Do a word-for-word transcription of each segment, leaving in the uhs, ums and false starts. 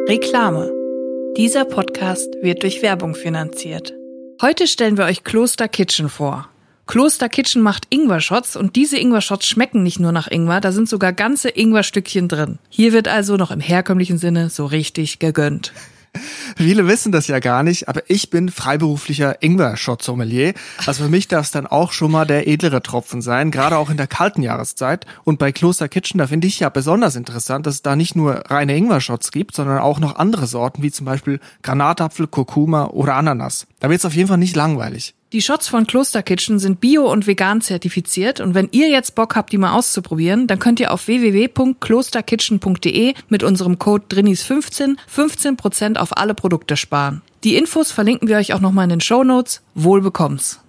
Reklame. Dieser Podcast wird durch Werbung finanziert. Heute stellen wir euch Kloster Kitchen vor. Kloster Kitchen macht Ingwer-Shots und diese Ingwer-Shots schmecken nicht nur nach Ingwer, da sind sogar ganze Ingwer-Stückchen drin. Hier wird also noch im herkömmlichen Sinne so richtig gegönnt. Viele wissen das ja gar nicht, aber ich bin freiberuflicher Ingwer-Shot-Sommelier. Also für mich darf es dann auch schon mal der edlere Tropfen sein, gerade auch in der kalten Jahreszeit. Und bei Kloster Kitchen, da finde ich ja besonders interessant, dass es da nicht nur reine Ingwer-Shots gibt, sondern auch noch andere Sorten, wie zum Beispiel Granatapfel, Kurkuma oder Ananas. Da wird es auf jeden Fall nicht langweilig. Die Shots von Kloster Kitchen sind bio- und vegan zertifiziert und wenn ihr jetzt Bock habt, die mal auszuprobieren, dann könnt ihr auf w w w punkt klosterkitchen punkt d e mit unserem Code drinis fünfzehn fünfzehn Prozent auf alle Produkte sparen. Die Infos verlinken wir euch auch nochmal in den Shownotes. Wohl bekomm's.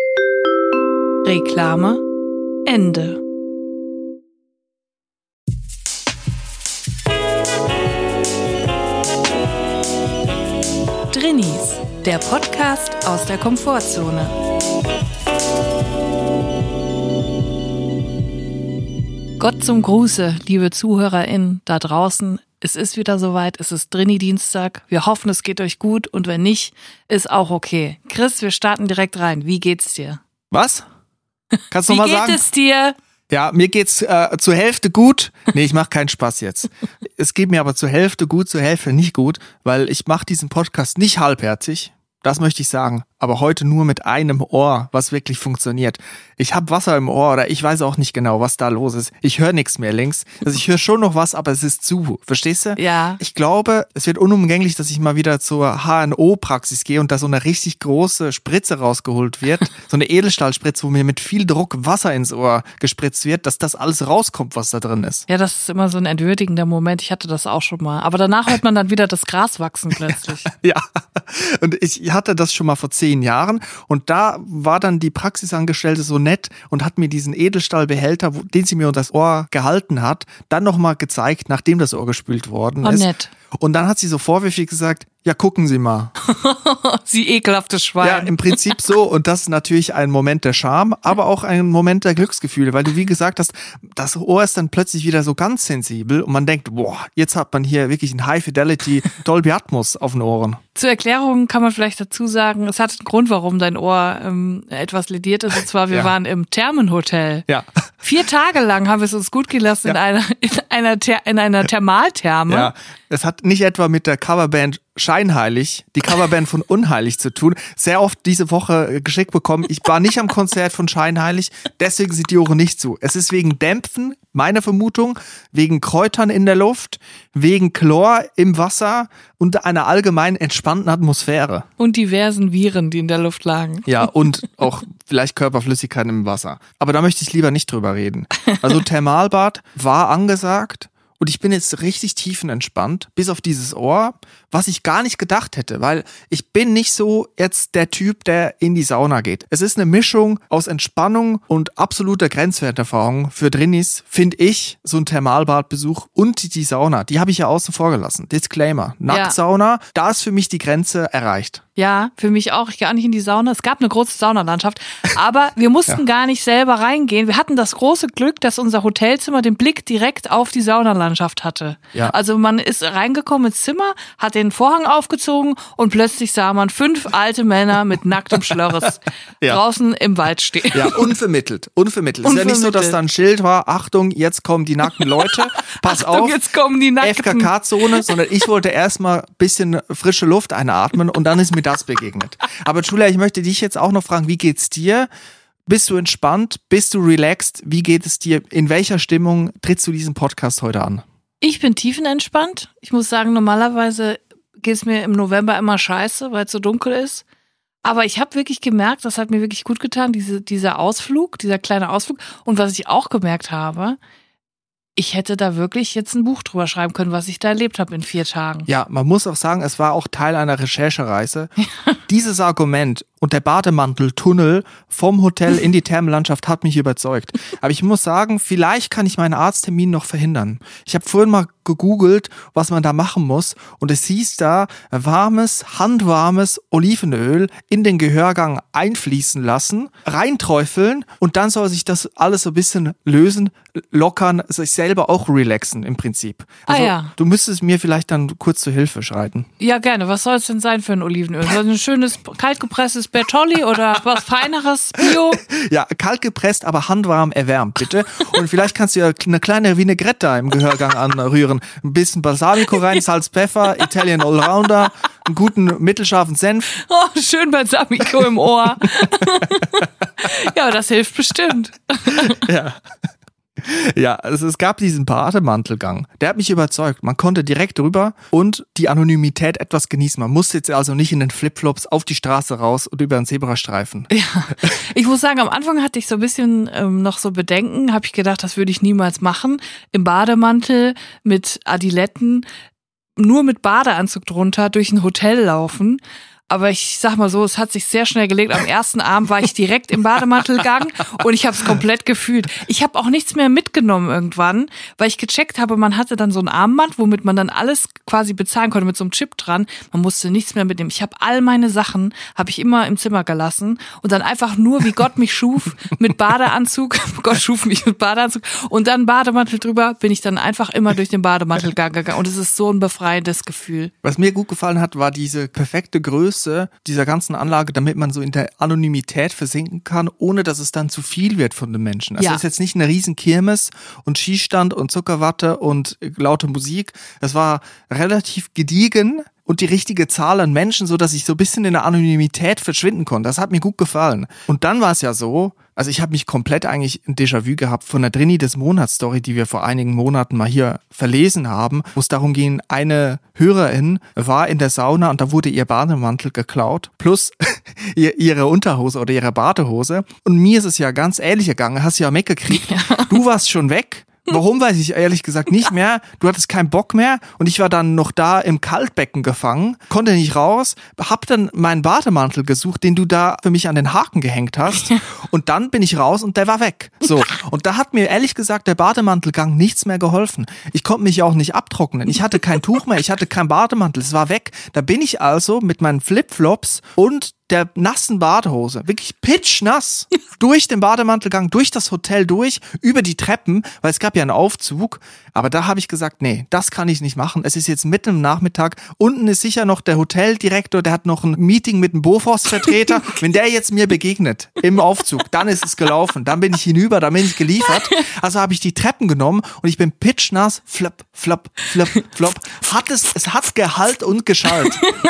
Reklame Ende. Drinis, der Podcast aus der Komfortzone. Gott zum Gruße, liebe ZuhörerInnen da draußen. Es ist wieder soweit, es ist Drini-Dienstag. Wir hoffen, es geht euch gut und wenn nicht, ist auch okay. Chris, wir starten direkt rein. Wie geht's dir? Was? Kannst du noch mal sagen? Wie geht es dir? Ja, mir geht's äh, zur Hälfte gut. Nee, ich mache keinen Spaß jetzt. Es geht mir aber zur Hälfte gut, zur Hälfte nicht gut, weil ich mache diesen Podcast nicht halbherzig. Das möchte ich sagen. Aber heute nur mit einem Ohr, was wirklich funktioniert. Ich habe Wasser im Ohr oder ich weiß auch nicht genau, was da los ist. Ich höre nichts mehr links. Also ich höre schon noch was, aber es ist zu. Verstehst du? Ja. Ich glaube, es wird unumgänglich, dass ich mal wieder zur H N O-Praxis gehe und da so eine richtig große Spritze rausgeholt wird. So eine Edelstahlspritze, wo mir mit viel Druck Wasser ins Ohr gespritzt wird, dass das alles rauskommt, was da drin ist. Ja, das ist immer so ein entwürdigender Moment. Ich hatte das auch schon mal. Aber danach hört man dann wieder das Gras wachsen plötzlich. Ja, und ich hatte das schon mal vor zehn Jahren und da war dann die Praxisangestellte so nett und hat mir diesen Edelstahlbehälter, den sie mir unter das Ohr gehalten hat, dann nochmal gezeigt, nachdem das Ohr gespült worden Oh, ist. nett. Und dann hat sie so vorwürfig gesagt, ja, gucken Sie mal. Sie ekelhaftes Schwein. Ja, im Prinzip so. Und das ist natürlich ein Moment der Scham, aber auch ein Moment der Glücksgefühle, weil du, wie gesagt hast, das Ohr ist dann plötzlich wieder so ganz sensibel und man denkt, boah, jetzt hat man hier wirklich ein High-Fidelity Dolby Atmos auf den Ohren. Zur Erklärung kann man vielleicht dazu sagen, es hat einen Grund, warum dein Ohr ähm, etwas lediert ist. Und zwar, wir Ja. waren im Thermenhotel. Ja. Vier Tage lang haben wir es uns gut gelassen in Ja. einer in einer, Ther- in einer Thermaltherme. Ja, es hat nicht etwa mit der Coverband Scheinheilig, die Coverband von Unheilig zu tun. Sehr oft diese Woche geschickt bekommen, ich war nicht am Konzert von Scheinheilig, deswegen sind die Ohren nicht zu. Es ist wegen Dämpfen, meine Vermutung, wegen Kräutern in der Luft, wegen Chlor im Wasser und einer allgemein entspannten Atmosphäre. Und diversen Viren, die in der Luft lagen. Ja, und auch vielleicht Körperflüssigkeiten im Wasser. Aber da möchte ich lieber nicht drüber reden. Also Thermalbad war angesagt. Und ich bin jetzt richtig tiefenentspannt, bis auf dieses Ohr, was ich gar nicht gedacht hätte, weil ich bin nicht so jetzt der Typ, der in die Sauna geht. Es ist eine Mischung aus Entspannung und absoluter Grenzwerterfahrung für Drinis, finde ich, so ein Thermalbadbesuch und die Sauna. Die habe ich ja außen vor gelassen. Disclaimer. Nacktsauna, da ist für mich die Grenze erreicht. Ja, für mich auch. Ich gehe auch nicht in die Sauna. Es gab eine große Saunalandschaft, aber wir mussten Ja. gar nicht selber reingehen. Wir hatten das große Glück, dass unser Hotelzimmer den Blick direkt auf die Saunalandschaft hatte. Ja. Also man ist reingekommen ins Zimmer, hat den Vorhang aufgezogen und plötzlich sah man fünf alte Männer mit nacktem Schlörres Ja. draußen im Wald stehen. Ja, unvermittelt. Unvermittelt. Es ist ja nicht so, dass da ein Schild war, Achtung, jetzt kommen die nackten Leute, pass Achtung, auf. jetzt kommen die nackten. F K K-Zone, sondern ich wollte erstmal ein bisschen frische Luft einatmen und dann ist mir das begegnet. Aber Julia, ich möchte dich jetzt auch noch fragen, wie geht's dir? Bist du entspannt? Bist du relaxed? Wie geht es dir? In welcher Stimmung trittst du diesen Podcast heute an? Ich bin tiefenentspannt. Ich muss sagen, normalerweise geht es mir im November immer scheiße, weil es so dunkel ist. Aber ich habe wirklich gemerkt, das hat mir wirklich gut getan, diese, dieser Ausflug, dieser kleine Ausflug. Und was ich auch gemerkt habe, ich hätte da wirklich jetzt ein Buch drüber schreiben können, was ich da erlebt habe in vier Tagen. Ja, man muss auch sagen, es war auch Teil einer Recherchereise. Dieses Argument, Und der Bademanteltunnel vom Hotel in die Thermenlandschaft hat mich überzeugt. Aber ich muss sagen, vielleicht kann ich meinen Arzttermin noch verhindern. Ich habe vorhin mal gegoogelt, was man da machen muss. Und es hieß da, warmes, handwarmes Olivenöl in den Gehörgang einfließen lassen, reinträufeln und dann soll sich das alles so ein bisschen lösen, lockern, sich selber auch relaxen im Prinzip. Also, ah ja. Du müsstest mir vielleicht dann kurz zur Hilfe schreiten. Ja, gerne. Was soll es denn sein für ein Olivenöl? Soll es ein schönes, kaltgepresstes Bertolli oder was Feineres, Bio? Ja, kalt gepresst, aber handwarm erwärmt, bitte. Und vielleicht kannst du ja eine kleine Vinaigrette im Gehörgang anrühren. Ein bisschen Balsamico rein, Salz, Pfeffer, Italian Allrounder, einen guten mittelscharfen Senf. Oh, schön Balsamico im Ohr. Ja, das hilft bestimmt. Ja. Ja, also es gab diesen Bademantelgang. Der hat mich überzeugt. Man konnte direkt rüber und die Anonymität etwas genießen. Man musste jetzt also nicht in den Flipflops auf die Straße raus und über den Zebrastreifen. Ja, ich muss sagen, am Anfang hatte ich so ein bisschen ähm, noch so Bedenken. Habe ich gedacht, das würde ich niemals machen. Im Bademantel mit Adiletten, nur mit Badeanzug drunter durch ein Hotel laufen. Aber ich sag mal so, es hat sich sehr schnell gelegt. Am ersten Abend war ich direkt im Bademantelgang und ich habe es komplett gefühlt. Ich habe auch nichts mehr mitgenommen irgendwann, weil ich gecheckt habe, man hatte dann so ein Armband, womit man dann alles quasi bezahlen konnte mit so einem Chip dran. Man musste nichts mehr mitnehmen. Ich habe all meine Sachen, habe ich immer im Zimmer gelassen und dann einfach nur, wie Gott mich schuf, mit Badeanzug. Gott schuf mich mit Badeanzug und dann Bademantel drüber, bin ich dann einfach immer durch den Bademantelgang gegangen. Und es ist so ein befreiendes Gefühl. Was mir gut gefallen hat, war diese perfekte Größe dieser ganzen Anlage, damit man so in der Anonymität versinken kann, ohne dass es dann zu viel wird von den Menschen. Also ja. Es ist jetzt nicht eine riesen Kirmes und Skistand und Zuckerwatte und laute Musik. Es war relativ gediegen und die richtige Zahl an Menschen, so dass ich so ein bisschen in der Anonymität verschwinden konnte. Das hat mir gut gefallen. Und dann war es ja so, also ich habe mich komplett eigentlich ein Déjà-vu gehabt von der Drini des Monats-Story, die wir vor einigen Monaten mal hier verlesen haben, wo es darum ging, eine Hörerin war in der Sauna und da wurde ihr Bademantel geklaut, plus ihre Unterhose oder ihre Badehose. Und mir ist es ja ganz ähnlich gegangen, hast ja mitgekriegt. Ja. Du warst schon weg. Warum, weiß ich ehrlich gesagt nicht mehr. Du hattest keinen Bock mehr und ich war dann noch da im Kaltbecken gefangen, konnte nicht raus, hab dann meinen Bademantel gesucht, den du da für mich an den Haken gehängt hast und dann bin ich raus und der war weg. So, und da hat mir ehrlich gesagt der Bademantelgang nichts mehr geholfen. Ich konnte mich auch nicht abtrocknen. Ich hatte kein Tuch mehr, ich hatte keinen Bademantel, es war weg. Da bin ich also mit meinen Flipflops und der nassen Badehose, wirklich pitschnass, durch den Bademantelgang, durch das Hotel durch, über die Treppen, weil es gab ja einen Aufzug, aber da habe ich gesagt, nee, das kann ich nicht machen, es ist jetzt mitten im Nachmittag, unten ist sicher noch der Hoteldirektor, der hat noch ein Meeting mit dem Bofors-Vertreter, wenn der jetzt mir begegnet, im Aufzug, dann ist es gelaufen, dann bin ich hinüber, dann bin ich geliefert, also habe ich die Treppen genommen und ich bin pitschnass, flop, flop, flop, flop, hat es, es hat Gehalt und Geschallt.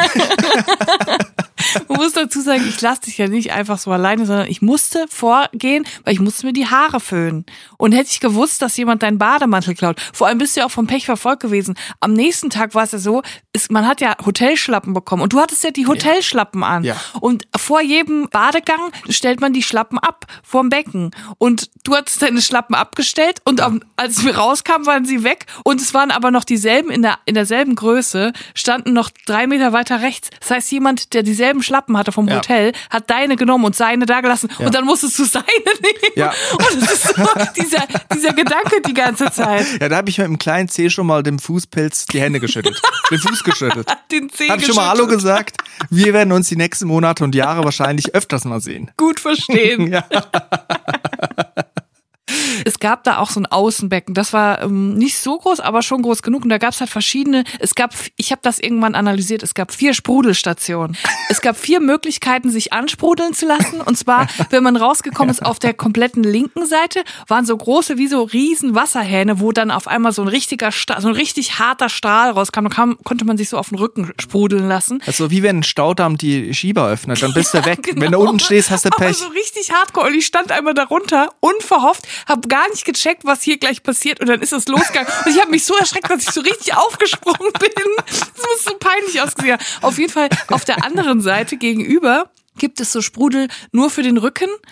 Man muss dazu sagen, ich lasse dich ja nicht einfach so alleine, sondern ich musste vorgehen, weil ich musste mir die Haare föhnen. Und hätte ich gewusst, dass jemand deinen Bademantel klaut, vor allem bist du ja auch vom Pech verfolgt gewesen. Am nächsten Tag war es ja so, ist, man hat ja Hotelschlappen bekommen und du hattest ja die Hotelschlappen an. Ja. Und vor jedem Badegang stellt man die Schlappen ab, vorm Becken. Und du hattest deine Schlappen abgestellt und ja. als wir rauskamen, waren sie weg. Und es waren aber noch dieselben in der in derselben Größe, standen noch drei Meter weiter rechts. Das heißt, jemand, der dieselben Schlappen hatte vom ja. Hotel, hat deine genommen und seine da gelassen. Ja. Und dann musstest du seine nehmen. Ja. Und das ist so dieser, dieser Gedanke die ganze Zeit. Ja, da habe ich mit dem kleinen Zeh schon mal dem Fußpilz die Hände geschüttelt. Den Fuß geschüttelt. Den Zeh Hab ich schon mal Hallo gesagt. Wir werden uns die nächsten Monate und Jahre wahrscheinlich öfters mal sehen. Gut verstehen. Ja. Es gab da auch so ein Außenbecken, das war ähm, nicht so groß, aber schon groß genug und da gab es halt verschiedene, es gab, ich habe das irgendwann analysiert, es gab vier Sprudelstationen. Es gab vier Möglichkeiten, sich ansprudeln zu lassen und zwar, wenn man rausgekommen ist, auf der kompletten linken Seite waren so große, wie so riesen Wasserhähne, wo dann auf einmal so ein richtiger, Sta- so ein richtig harter Strahl rauskam, da kam, konnte man sich so auf den Rücken sprudeln lassen. Also wie wenn ein Staudamm die Schieber öffnet, dann bist du ja, weg. Genau. Wenn du unten stehst, hast du Pech. Aber so richtig hardcore und ich stand einmal darunter, unverhofft, hab gar nicht gecheckt, was hier gleich passiert und dann ist es losgegangen und ich habe mich so erschreckt, dass ich so richtig aufgesprungen bin. Das muss so peinlich ausgesehen. Auf jeden Fall auf der anderen Seite gegenüber gibt es so Sprudel nur für den Rücken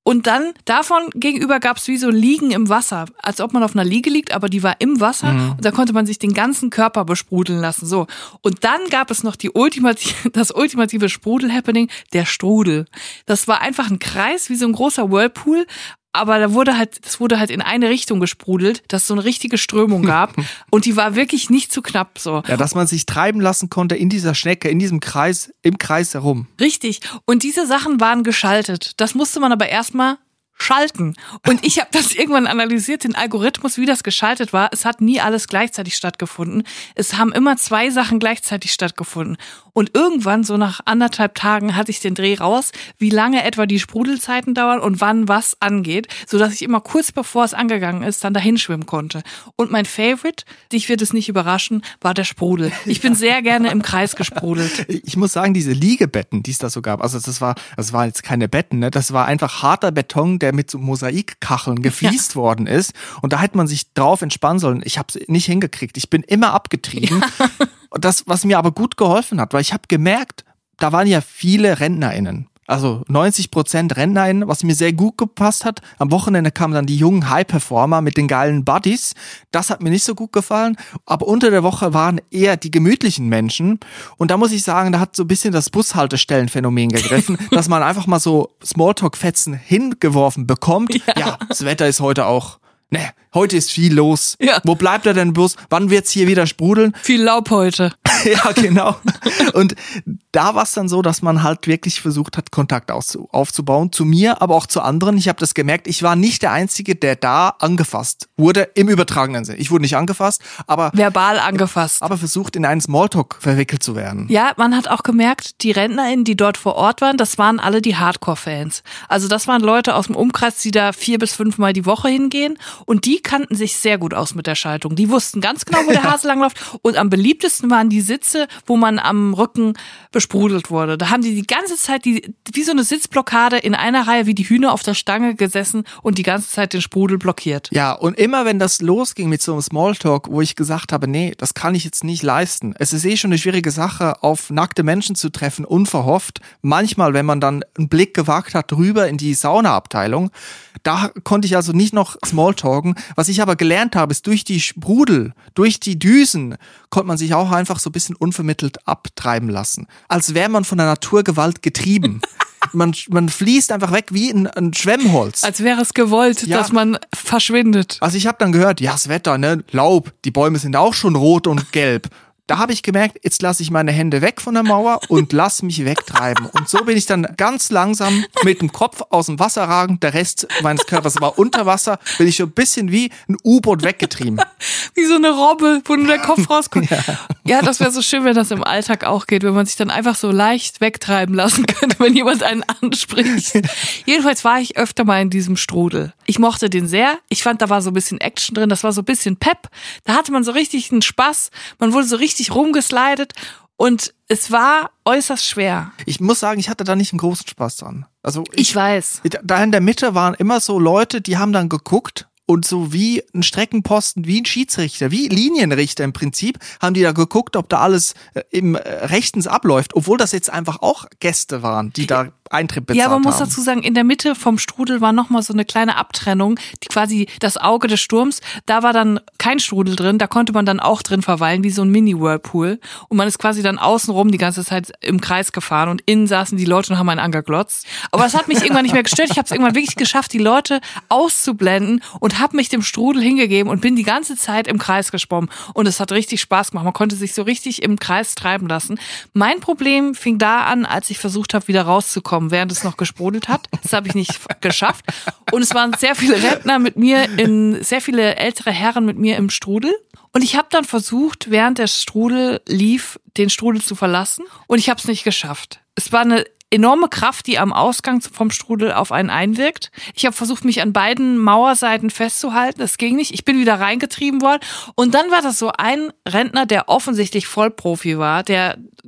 Und dann davon gegenüber gab es wie so Liegen im Wasser, als ob man auf einer Liege liegt, aber die war im Wasser mhm. und da konnte man sich den ganzen Körper besprudeln lassen. So. Und dann gab es noch die ultimative, das ultimative Sprudel-Happening, der Strudel. Das war einfach ein Kreis, wie so ein großer Whirlpool, aber da wurde halt, das wurde halt in eine Richtung gesprudelt, dass es so eine richtige Strömung gab und die war wirklich nicht zu knapp so. Ja, dass man sich treiben lassen konnte in dieser Schnecke, in diesem Kreis, im Kreis herum. Richtig. Und diese Sachen waren geschaltet. Das musste man aber erstmal schalten. Und ich habe das irgendwann analysiert, den Algorithmus, wie das geschaltet war. Es hat nie alles gleichzeitig stattgefunden. Es haben immer zwei Sachen gleichzeitig stattgefunden. Und irgendwann, so nach anderthalb Tagen, hatte ich den Dreh raus, wie lange etwa die Sprudelzeiten dauern und wann was angeht, sodass ich immer kurz bevor es angegangen ist, dann dahin schwimmen konnte. Und mein Favorite, dich wird es nicht überraschen, war der Sprudel. Ich bin sehr gerne im Kreis gesprudelt. Ich muss sagen, diese Liegebetten, die es da so gab, also das war, das war jetzt keine Betten, ne? Das war einfach harter Beton, der mit so Mosaikkacheln gefliest ja. worden ist. Und da hätte man sich drauf entspannen sollen. Ich habe es nicht hingekriegt. Ich bin immer abgetrieben. Ja. Und das, was mir aber gut geholfen hat, weil ich habe gemerkt, da waren ja viele RentnerInnen. Also neunzig Prozent RentnerInnen, was mir sehr gut gepasst hat. Am Wochenende kamen dann die jungen High-Performer mit den geilen Buddies. Das hat mir nicht so gut gefallen. Aber unter der Woche waren eher die gemütlichen Menschen. Und da muss ich sagen, da hat so ein bisschen das Bushaltestellenphänomen gegriffen, dass man einfach mal so Smalltalk-Fetzen hingeworfen bekommt. Ja. ja, das Wetter ist heute auch... Ne, heute ist viel los. Ja. Wo bleibt er denn bloß? Wann wird's hier wieder sprudeln? Viel Laub heute. Ja, genau. Und da war es dann so, dass man halt wirklich versucht hat, Kontakt aufzubauen. Zu mir, aber auch zu anderen. Ich habe das gemerkt, ich war nicht der Einzige, der da angefasst wurde, im übertragenen Sinne. Ich wurde nicht angefasst, aber... verbal angefasst. Aber versucht, in einen Smalltalk verwickelt zu werden. Ja, man hat auch gemerkt, die RentnerInnen, die dort vor Ort waren, das waren alle die Hardcore-Fans. Also das waren Leute aus dem Umkreis, die da vier bis fünfmal die Woche hingehen. Und die kannten sich sehr gut aus mit der Schaltung. Die wussten ganz genau, wo der Hase langläuft. Und am beliebtesten waren die Sitze, wo man am Rücken besprudelt wurde. Da haben die die ganze Zeit die, wie so eine Sitzblockade in einer Reihe wie die Hühner auf der Stange gesessen und die ganze Zeit den Sprudel blockiert. Ja, und immer wenn das losging mit so einem Smalltalk, wo ich gesagt habe, nee, das kann ich jetzt nicht leisten. Es ist eh schon eine schwierige Sache, auf nackte Menschen zu treffen, unverhofft. Manchmal, wenn man dann einen Blick gewagt hat, rüber in die Saunaabteilung, da konnte ich also nicht noch Smalltalken. Was ich aber gelernt habe, ist durch die Sprudel, durch die Düsen, konnte man sich auch einfach so ein bisschen unvermittelt abtreiben lassen. Als wäre man von der Naturgewalt getrieben. Man, man fließt einfach weg wie ein, ein Schwemmholz. Als wäre es gewollt, ja. dass man verschwindet. Also ich habe dann gehört, ja, das Wetter, ne, Laub, die Bäume sind auch schon rot und gelb. Da habe ich gemerkt, jetzt lasse ich meine Hände weg von der Mauer und lass mich wegtreiben. Und so bin ich dann ganz langsam mit dem Kopf aus dem Wasser ragend, der Rest meines Körpers war unter Wasser, bin ich so ein bisschen wie ein U-Boot weggetrieben. Wie so eine Robbe, wo nur der Kopf rauskommt. Ja, ja, das wäre so schön, wenn das im Alltag auch geht, wenn man sich dann einfach so leicht wegtreiben lassen könnte, wenn jemand einen anspricht. Jedenfalls war ich öfter mal in diesem Strudel. Ich mochte den sehr. Ich fand, da war so ein bisschen Action drin, das war so ein bisschen Pep. Da hatte man so richtig einen Spaß. Man wurde so richtig rumgeslidet und es war äußerst schwer. Ich muss sagen, ich hatte da nicht einen großen Spaß dran. Also ich, ich weiß. Da in der Mitte waren immer so Leute, die haben dann geguckt und so wie ein Streckenposten, wie ein Schiedsrichter, wie Linienrichter im Prinzip, haben die da geguckt, ob da alles im rechtens abläuft, obwohl das jetzt einfach auch Gäste waren, die da Eintritt bezahlt haben. Ja, aber man muss dazu sagen, in der Mitte vom Strudel war nochmal so eine kleine Abtrennung, die quasi das Auge des Sturms, da war dann kein Strudel drin, da konnte man dann auch drin verweilen, wie so ein Mini-Whirlpool. Und man ist quasi dann außenrum die ganze Zeit im Kreis gefahren und innen saßen die Leute und haben einen angeglotzt. Aber das hat mich irgendwann nicht mehr gestört. Ich habe es irgendwann wirklich geschafft, die Leute auszublenden und habe mich dem Strudel hingegeben und bin die ganze Zeit im Kreis geschwommen. Und es hat richtig Spaß gemacht. Man konnte sich so richtig im Kreis treiben lassen. Mein Problem fing da an, als ich versucht habe, wieder rauszukommen, während es noch gesprudelt hat. Das habe ich nicht geschafft. Und es waren sehr viele Rentner mit mir, in sehr viele ältere Herren mit mir im Strudel. Und ich habe dann versucht, während der Strudel lief, den Strudel zu verlassen. Und ich habe es nicht geschafft. Es war eine enorme Kraft, die am Ausgang vom Strudel auf einen einwirkt. Ich habe versucht, mich an beiden Mauerseiten festzuhalten. Das ging nicht. Ich bin wieder reingetrieben worden. Und dann war das so ein Rentner, der offensichtlich Vollprofi war, der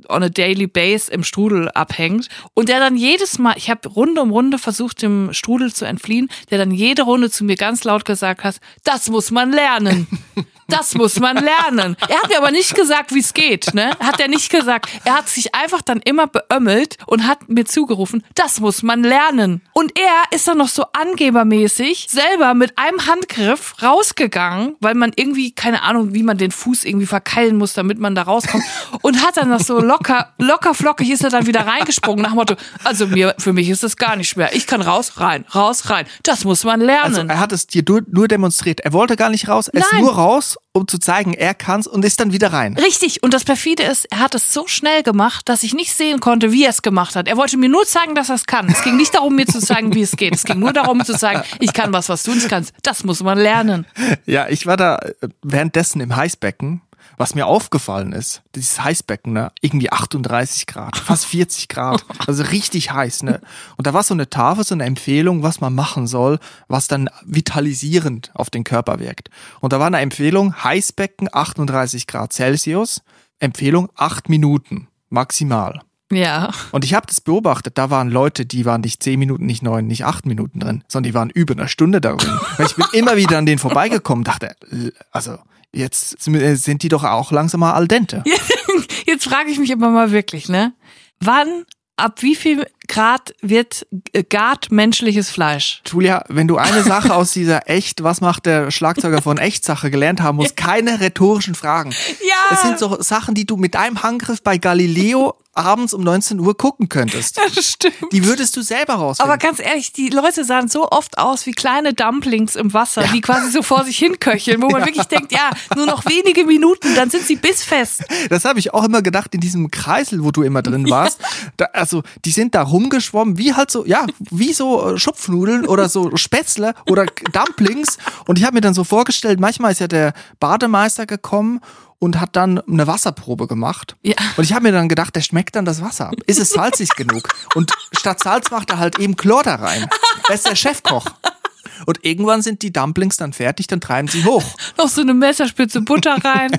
on a daily base im Strudel abhängt und der dann jedes Mal, ich habe Runde um Runde versucht, dem Strudel zu entfliehen, der dann jede Runde zu mir ganz laut gesagt hat, das muss man lernen. Das muss man lernen. Er hat mir aber nicht gesagt, wie es geht, ne? Hat er nicht gesagt. Er hat sich einfach dann immer beömmelt und hat mir zugerufen, das muss man lernen. Und er ist dann noch so angebermäßig selber mit einem Handgriff rausgegangen, weil man irgendwie, keine Ahnung, wie man den Fuß irgendwie verkeilen muss, damit man da rauskommt. Und hat dann noch so locker, locker flockig ist er dann wieder reingesprungen nach dem Motto, also mir, für mich ist das gar nicht schwer. Ich kann raus, rein, raus, rein. Das muss man lernen. Also er hat es dir nur, nur demonstriert. Er wollte gar nicht raus, er ist Nein. nur raus, um zu zeigen, er kann's und ist dann wieder rein. Richtig. Und das Perfide ist, er hat es so schnell gemacht, dass ich nicht sehen konnte, wie er es gemacht hat. Er wollte mir nur zeigen, dass er es kann. Es ging nicht darum, mir zu zeigen, wie es geht. Es ging nur darum, zu sagen, ich kann was, was du nicht kannst. Das muss man lernen. Ja, ich war da währenddessen im Heißbecken. Was mir aufgefallen ist, dieses Heißbecken, ne, irgendwie achtunddreißig Grad, fast vierzig Grad, also richtig heiß, ne. Und da war so eine Tafel, so eine Empfehlung, was man machen soll, was dann vitalisierend auf den Körper wirkt. Und da war eine Empfehlung, Heißbecken, achtunddreißig Grad Celsius, Empfehlung acht Minuten, maximal. Ja. Und ich habe das beobachtet, da waren Leute, die waren nicht zehn Minuten, nicht neun, nicht acht Minuten drin, sondern die waren über eine Stunde da drin. Weil ich bin immer wieder an denen vorbeigekommen, dachte, also jetzt sind die doch auch langsam mal al dente. Jetzt frage ich mich immer mal wirklich, ne? Wann, ab wie viel Grad wird gart menschliches Fleisch? Julia, wenn du eine Sache aus dieser Echt, was macht der Schlagzeuger von Echt-Sache gelernt haben musst, keine rhetorischen Fragen. Ja. Das sind so Sachen, die du mit einem Handgriff bei Galileo abends um neunzehn Uhr gucken könntest. Das stimmt. Die würdest du selber rausfinden. Aber ganz ehrlich, die Leute sahen so oft aus wie kleine Dumplings im Wasser, Ja. die quasi so vor sich hin köcheln, wo man Ja. wirklich denkt, ja, nur noch wenige Minuten, dann sind sie bissfest. Das habe ich auch immer gedacht in diesem Kreisel, wo du immer drin warst. Da, also die sind da rumgeschwommen, wie halt so, ja, wie so äh, Schupfnudeln oder so Spätzle oder Dumplings. Und ich habe mir dann so vorgestellt, manchmal ist ja der Bademeister gekommen und hat dann eine Wasserprobe gemacht. Ja. Und ich habe mir dann gedacht, der schmeckt dann das Wasser. Ist es salzig genug? Und statt Salz macht er halt eben Chlor da rein. Er ist der Chefkoch. Und irgendwann sind die Dumplings dann fertig, dann treiben sie hoch. Noch so eine Messerspitze Butter rein.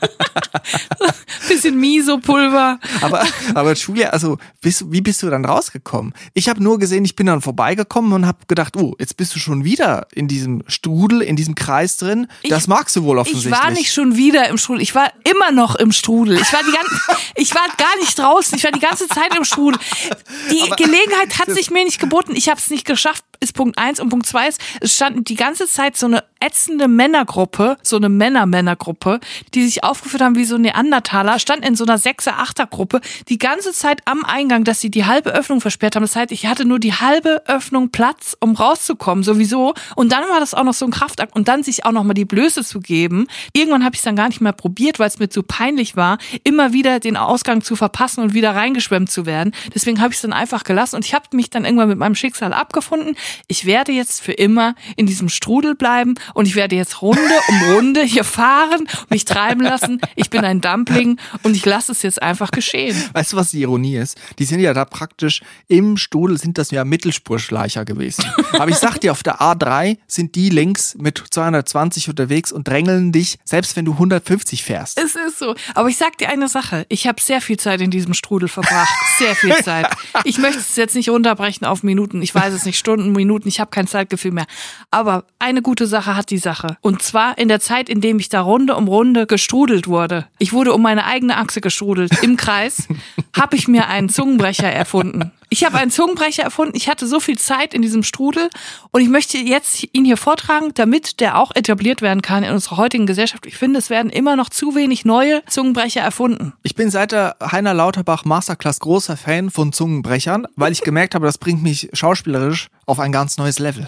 Bisschen Miso-Pulver. Aber, aber Julia, also bist, wie bist du dann rausgekommen? Ich habe nur gesehen, ich bin dann vorbeigekommen und habe gedacht, oh, jetzt bist du schon wieder in diesem Strudel, in diesem Kreis drin. Das Ich- magst du wohl offensichtlich. Ich war nicht schon wieder im Strudel. Ich war immer noch im Strudel. Ich war die ganze, ich war gar nicht draußen. Ich war die ganze Zeit im Strudel. Die Aber Gelegenheit hat sich mir nicht geboten. Ich habe es nicht geschafft. Ist Punkt eins und Punkt zwei ist, es stand die ganze Zeit so eine ätzende Männergruppe, so eine Männer-Männergruppe, die sich aufgeführt haben wie so Neandertaler, stand in so einer Sechser-Achter-Gruppe die ganze Zeit am Eingang, dass sie die halbe Öffnung versperrt haben. Das heißt, ich hatte nur die halbe Öffnung Platz, um rauszukommen, sowieso. Und dann war das auch noch so ein Kraftakt und dann sich auch noch mal die Blöße zu geben. Irgendwann habe ich es dann gar nicht mehr probiert, weil es mir zu peinlich war, immer wieder den Ausgang zu verpassen und wieder reingeschwemmt zu werden. Deswegen habe ich es dann einfach gelassen und ich habe mich dann irgendwann mit meinem Schicksal abgefunden. Ich werde jetzt für immer in diesem Strudel bleiben und ich werde jetzt Runde um Runde hier fahren, mich treiben lassen. Ich bin ein Dumpling und ich lasse es jetzt einfach geschehen. Weißt du, was die Ironie ist? Die sind ja da praktisch im Strudel, sind das ja Mittelspurschleicher gewesen. Aber ich sag dir, auf der A drei sind die links mit zweihundertzwanzig unterwegs und drängeln dich, selbst wenn du hundertfünfzig fährst. Es ist so. Aber ich sag dir eine Sache. Ich habe sehr viel Zeit in diesem Strudel verbracht. Sehr viel Zeit. Ich möchte es jetzt nicht runterbrechen auf Minuten. Ich weiß es nicht, Stunden, Minuten. Ich habe kein Zeitgefühl mehr. Aber eine gute Sache hat die Sache. Und zwar in der Zeit, in dem ich da Runde um Runde gestrudelt wurde. Ich wurde um meine eigene Achse gestrudelt. Im Kreis habe ich mir einen Zungenbrecher erfunden. Ich habe einen Zungenbrecher erfunden. Ich hatte so viel Zeit in diesem Strudel und ich möchte jetzt ihn hier vortragen, damit der auch etabliert werden kann in unserer heutigen Gesellschaft. Ich finde, es werden immer noch zu wenig neue Zungenbrecher erfunden. Ich bin seit der Heiner Lauterbach Masterclass großer Fan von Zungenbrechern, weil ich gemerkt habe, das bringt mich schauspielerisch auf ein ganz neues Level.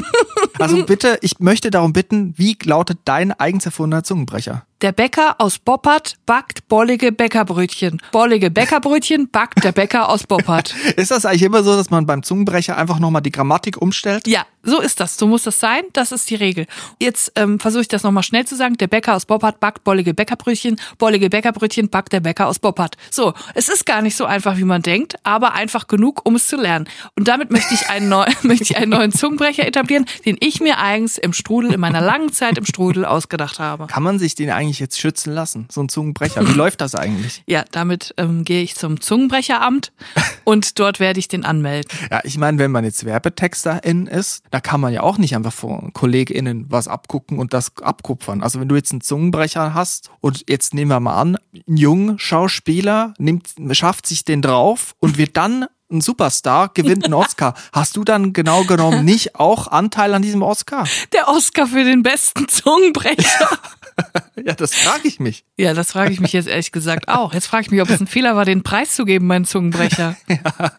Also bitte, ich möchte darum bitten, wie lautet dein eigens erfundener Zungenbrecher? Der Bäcker aus Boppard backt bollige Bäckerbrötchen. Bollige Bäckerbrötchen backt der Bäcker aus Boppard. Ist das eigentlich immer so, dass man beim Zungenbrecher einfach nochmal die Grammatik umstellt? Ja, so ist das. So muss das sein. Das ist die Regel. Jetzt ähm, versuche ich das nochmal schnell zu sagen. Der Bäcker aus Boppard backt bollige Bäckerbrötchen. Bollige Bäckerbrötchen backt der Bäcker aus Boppard. So, es ist gar nicht so einfach, wie man denkt, aber einfach genug, um es zu lernen. Und damit möchte ich einen, neu, möchte ich einen neuen Zungenbrecher etablieren, den ich mir eigens im Strudel, in meiner langen Zeit im Strudel ausgedacht habe. Kann man sich den eigentlich eigentlich jetzt schützen lassen? So ein Zungenbrecher. Wie läuft das eigentlich? Ja, damit ähm, gehe ich zum Zungenbrecheramt und dort werde ich den anmelden. Ja, ich meine, wenn man jetzt Werbetexterin ist, da kann man ja auch nicht einfach von KollegInnen was abgucken und das abkupfern. Also wenn du jetzt einen Zungenbrecher hast und jetzt nehmen wir mal an, ein junger Schauspieler nimmt, schafft sich den drauf und wird dann ein Superstar, gewinnt einen Oscar. Hast du dann genau genommen nicht auch Anteil an diesem Oscar? Der Oscar für den besten Zungenbrecher. Ja, das frage ich mich. Ja, das frage ich mich jetzt ehrlich gesagt auch. Jetzt frage ich mich, ob es ein Fehler war, den Preis zu geben, mein Zungenbrecher. Ja.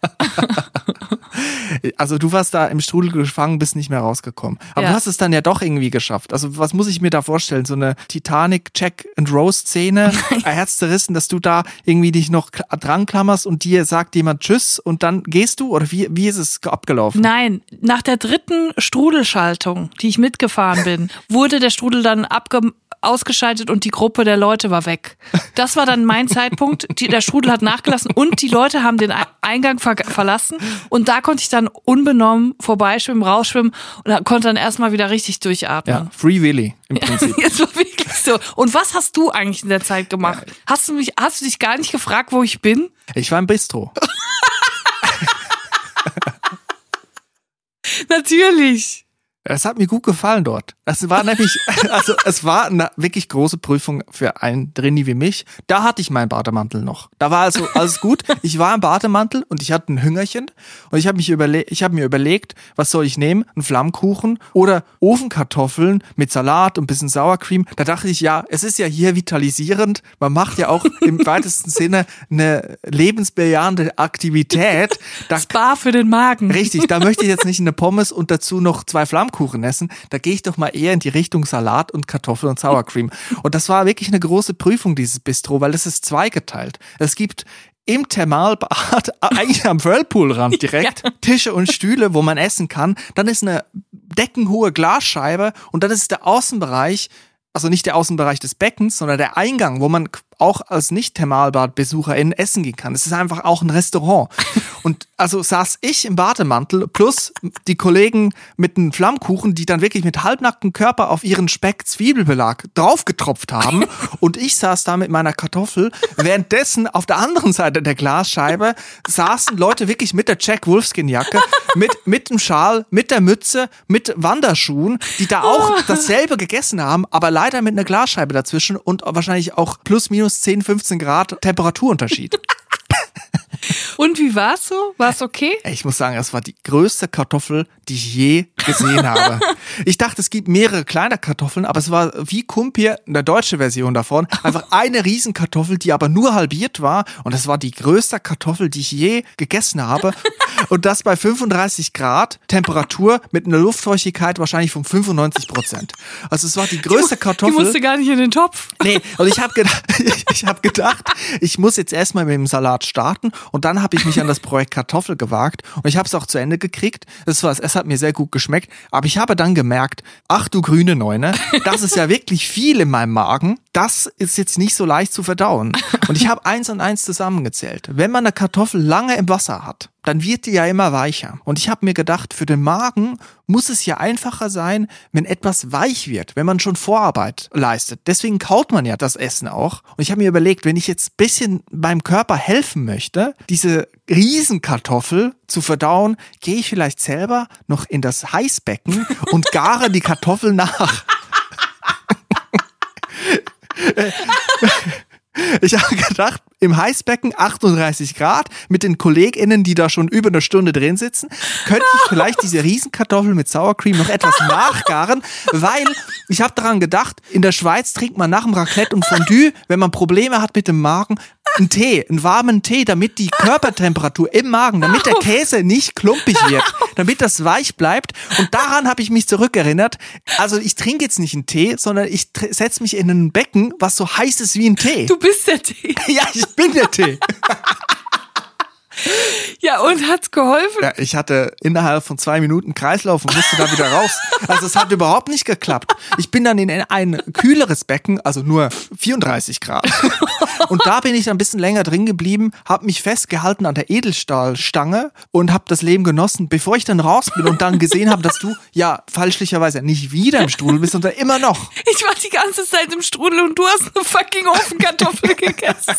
Also du warst da im Strudel gefangen, bist nicht mehr rausgekommen. Aber Ja. du hast es dann ja doch irgendwie geschafft. Also was muss ich mir da vorstellen? So eine Titanic-Jack-and-Rose-Szene, Herz zerrissen, dass du da irgendwie dich noch dran klammerst und dir sagt jemand Tschüss und dann gehst du? Oder wie, wie ist es abgelaufen? Nein, nach der dritten Strudelschaltung, die ich mitgefahren bin, wurde der Strudel dann abge ausgeschaltet und die Gruppe der Leute war weg. Das war dann mein Zeitpunkt. Die, der Strudel hat nachgelassen und die Leute haben den Eingang ver verlassen und da konnte ich dann unbenommen vorbeischwimmen, rausschwimmen und konnte dann erstmal wieder richtig durchatmen. Ja, Free Willy im Prinzip. Ja, das war wirklich so. Und was hast du eigentlich in der Zeit gemacht? Hast du mich, hast du dich gar nicht gefragt, wo ich bin? Ich war im Bistro. Natürlich. Es hat mir gut gefallen dort. Es war nämlich, also es war eine wirklich große Prüfung für einen Drini wie mich. Da hatte ich meinen Bademantel noch. Da war also alles gut. Ich war im Bademantel und ich hatte ein Hüngerchen und ich habe mich überlegt, ich habe mir überlegt, was soll ich nehmen? Einen Flammkuchen oder Ofenkartoffeln mit Salat und ein bisschen Sour Cream. Da dachte ich, ja, es ist ja hier vitalisierend. Man macht ja auch im weitesten Sinne eine lebensbejahende Aktivität. Da, Spa für den Magen. richtig, da möchte ich jetzt nicht eine Pommes und dazu noch zwei Flammkuchen Kuchen essen, da gehe ich doch mal eher in die Richtung Salat und Kartoffel und Sour Cream. Und das war wirklich eine große Prüfung, dieses Bistro, weil es ist zweigeteilt. Es gibt im Thermalbad, eigentlich am Whirlpoolrand direkt, ja. Tische und Stühle, wo man essen kann. Dann ist eine deckenhohe Glasscheibe und dann ist der Außenbereich, also nicht der Außenbereich des Beckens, sondern der Eingang, wo man auch als Nicht-Thermalbad-BesucherInnen essen gehen kann. Es ist einfach auch ein Restaurant. Und also saß ich im Bademantel plus die Kollegen mit einem Flammkuchen, die dann wirklich mit halbnacktem Körper auf ihren Speck-Zwiebelbelag draufgetropft haben. Und ich saß da mit meiner Kartoffel. Währenddessen auf der anderen Seite der Glasscheibe saßen Leute wirklich mit der Jack Wolfskin-Jacke, mit, mit dem Schal, mit der Mütze, mit Wanderschuhen, die da auch dasselbe gegessen haben, aber leider mit einer Glasscheibe dazwischen und wahrscheinlich auch plus minus zehn, fünfzehn Grad Temperaturunterschied. Und wie war's so? War's okay? Ich muss sagen, das war die größte Kartoffel, die ich je gesehen habe. Ich dachte, es gibt mehrere kleine Kartoffeln, aber es war wie Kumpir, eine deutsche Version davon. Einfach eine Riesenkartoffel, die aber nur halbiert war. Und das war die größte Kartoffel, die ich je gegessen habe. Und das bei fünfunddreißig Grad Temperatur mit einer Luftfeuchtigkeit wahrscheinlich von fünfundneunzig Prozent. Also es war die größte Kartoffel. Die musste gar nicht in den Topf. Nee, und ich habe gedacht, ich habe gedacht, ich muss jetzt erstmal mit dem Salat starten. Und dann habe ich mich an das Projekt Kartoffel gewagt und ich habe es auch zu Ende gekriegt. Es, war, es hat mir sehr gut geschmeckt, aber ich habe dann gemerkt, ach du grüne Neune, das ist ja wirklich viel in meinem Magen. Das ist jetzt nicht so leicht zu verdauen. Und ich habe eins und eins zusammengezählt. Wenn man eine Kartoffel lange im Wasser hat, dann wird die ja immer weicher. Und ich habe mir gedacht, für den Magen muss es ja einfacher sein, wenn etwas weich wird, wenn man schon Vorarbeit leistet. Deswegen kaut man ja das Essen auch. Und ich habe mir überlegt, wenn ich jetzt ein bisschen meinem Körper helfen möchte, diese Riesenkartoffel zu verdauen, gehe ich vielleicht selber noch in das Heißbecken und gare die Kartoffel nach. Ich habe gedacht, im Heißbecken achtunddreißig Grad mit den KollegInnen, die da schon über eine Stunde drin sitzen, könnte ich vielleicht diese Riesenkartoffel mit Sour Cream noch etwas nachgaren, weil ich habe daran gedacht, in der Schweiz trinkt man nach dem Raclette und Fondue, wenn man Probleme hat mit dem Magen, einen Tee, einen warmen Tee, damit die Körpertemperatur im Magen, damit der Käse nicht klumpig wird, damit das weich bleibt. Und daran habe ich mich zurückerinnert. Also ich trinke jetzt nicht einen Tee, sondern ich setze mich in ein Becken, was so heiß ist wie ein Tee. Du bist der Tee. Ja, ich bin der Tee. Ja, und hat's geholfen? Ja, ich hatte innerhalb von zwei Minuten Kreislauf und musste da wieder raus. Also es hat überhaupt nicht geklappt. Ich bin dann in ein kühleres Becken, also nur vierunddreißig Grad. Und da bin ich ein bisschen länger drin geblieben, habe mich festgehalten an der Edelstahlstange und habe das Leben genossen, bevor ich dann raus bin und dann gesehen habe, dass du ja fälschlicherweise nicht wieder im Strudel bist, sondern immer noch. Ich war die ganze Zeit im Strudel und du hast eine fucking Ofenkartoffel gegessen.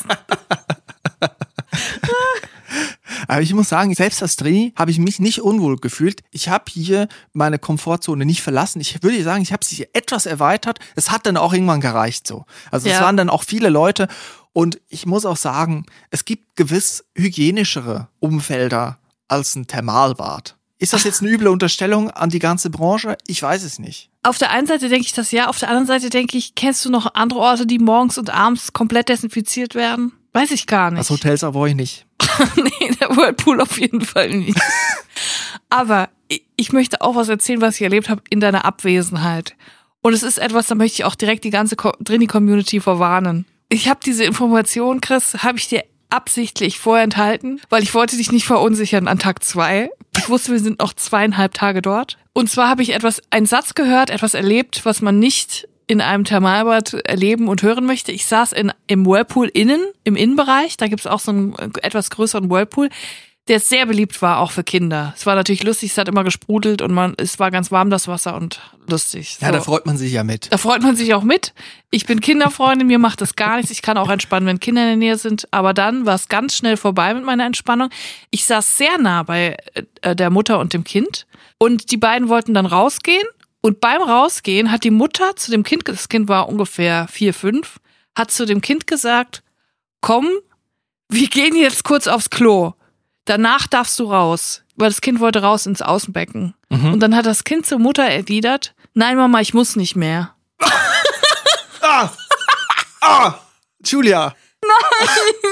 Aber ich muss sagen, selbst als Trainee habe ich mich nicht unwohl gefühlt. Ich habe hier meine Komfortzone nicht verlassen. Ich würde sagen, ich habe sie etwas erweitert. Es hat dann auch irgendwann gereicht so. Also ja. Es waren dann auch viele Leute. Und ich muss auch sagen, es gibt gewiss hygienischere Umfelder als ein Thermalbad. Ist das jetzt eine üble Unterstellung an die ganze Branche? Ich weiß es nicht. Auf der einen Seite denke ich das ja, auf der anderen Seite denke ich, kennst du noch andere Orte, die morgens und abends komplett desinfiziert werden? Weiß ich gar nicht. Das Hotel Savoy nicht. Nee, der Whirlpool auf jeden Fall nicht. Aber ich möchte auch was erzählen, was ich erlebt habe in deiner Abwesenheit. Und es ist etwas, da möchte ich auch direkt die ganze Trini-Community vorwarnen. Ich habe diese Information, Chris, habe ich dir absichtlich vorenthalten, weil ich wollte dich nicht verunsichern an Tag zwei. Ich wusste, wir sind noch zweieinhalb Tage dort. Und zwar habe ich etwas, einen Satz gehört, etwas erlebt, was man nicht in einem Thermalbad erleben und hören möchte. Ich saß in, im Whirlpool innen, im Innenbereich. Da gibt's auch so einen etwas größeren Whirlpool, der sehr beliebt war, auch für Kinder. Es war natürlich lustig, es hat immer gesprudelt und man, es war ganz warm, das Wasser, und lustig. So. Ja, da freut man sich ja mit. Da freut man sich auch mit. Ich bin Kinderfreundin, mir macht das gar nichts. Ich kann auch entspannen, wenn Kinder in der Nähe sind. Aber dann war es ganz schnell vorbei mit meiner Entspannung. Ich saß sehr nah bei äh, der Mutter und dem Kind und die beiden wollten dann rausgehen. Und beim Rausgehen hat die Mutter zu dem Kind, das Kind war ungefähr vier, fünf, hat zu dem Kind gesagt, komm, wir gehen jetzt kurz aufs Klo. Danach darfst du raus. Weil das Kind wollte raus ins Außenbecken. Mhm. Und dann hat das Kind zur Mutter erwidert, nein Mama, ich muss nicht mehr. Ah! Ah! Julia! Nein!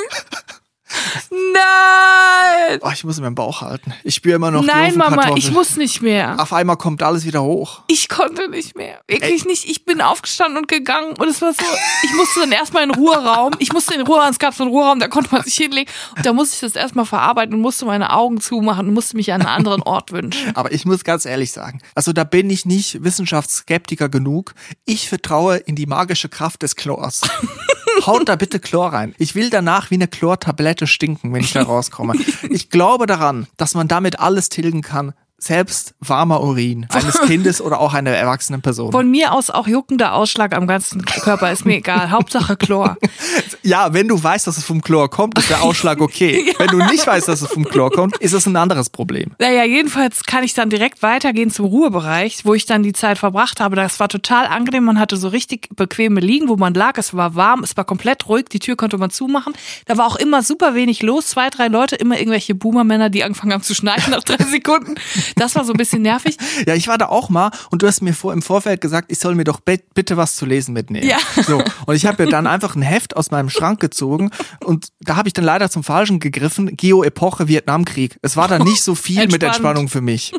Nein! Oh, ich muss in meinen Bauch halten. Ich spüre immer noch Nein, die Mama, ich muss nicht mehr. Auf einmal kommt alles wieder hoch. Ich konnte nicht mehr. Wirklich Ey. nicht. Ich bin aufgestanden und gegangen und es war so, ich musste dann erstmal in den Ruheraum. Ich musste in den Ruheraum, es gab so einen Ruheraum, da konnte man sich hinlegen. Und da musste ich das erstmal verarbeiten und musste meine Augen zumachen und musste mich an einen anderen Ort wünschen. Aber ich muss ganz ehrlich sagen, also da bin ich nicht Wissenschaftsskeptiker genug. Ich vertraue in die magische Kraft des Chlors. Haut da bitte Chlor rein. Ich will danach wie eine Chlortablette stinken, wenn ich da rauskomme. Ich glaube daran, dass man damit alles tilgen kann. Selbst warmer Urin eines Kindes oder auch einer erwachsenen Person. Von mir aus auch juckender Ausschlag am ganzen Körper, ist mir egal. Hauptsache Chlor. Ja, wenn du weißt, dass es vom Chlor kommt, ist der Ausschlag okay. Ja. Wenn du nicht weißt, dass es vom Chlor kommt, ist es ein anderes Problem. Naja, jedenfalls kann ich dann direkt weitergehen zum Ruhebereich, wo ich dann die Zeit verbracht habe. Das war total angenehm. Man hatte so richtig bequeme Liegen, wo man lag. Es war warm, es war komplett ruhig. Die Tür konnte man zumachen. Da war auch immer super wenig los. Zwei, drei Leute, immer irgendwelche Boomer-Männer, die angefangen haben zu schnarchen nach drei Sekunden. Das war so ein bisschen nervig. Ja, ich war da auch mal und du hast mir vor, im Vorfeld gesagt, ich soll mir doch be- bitte was zu lesen mitnehmen. Ja. So, und ich habe mir dann einfach ein Heft aus meinem Schrank gezogen und da habe ich dann leider zum Falschen gegriffen, Geo-Epoche Vietnamkrieg. Es war dann nicht so viel Entspannt. Mit Entspannung für mich.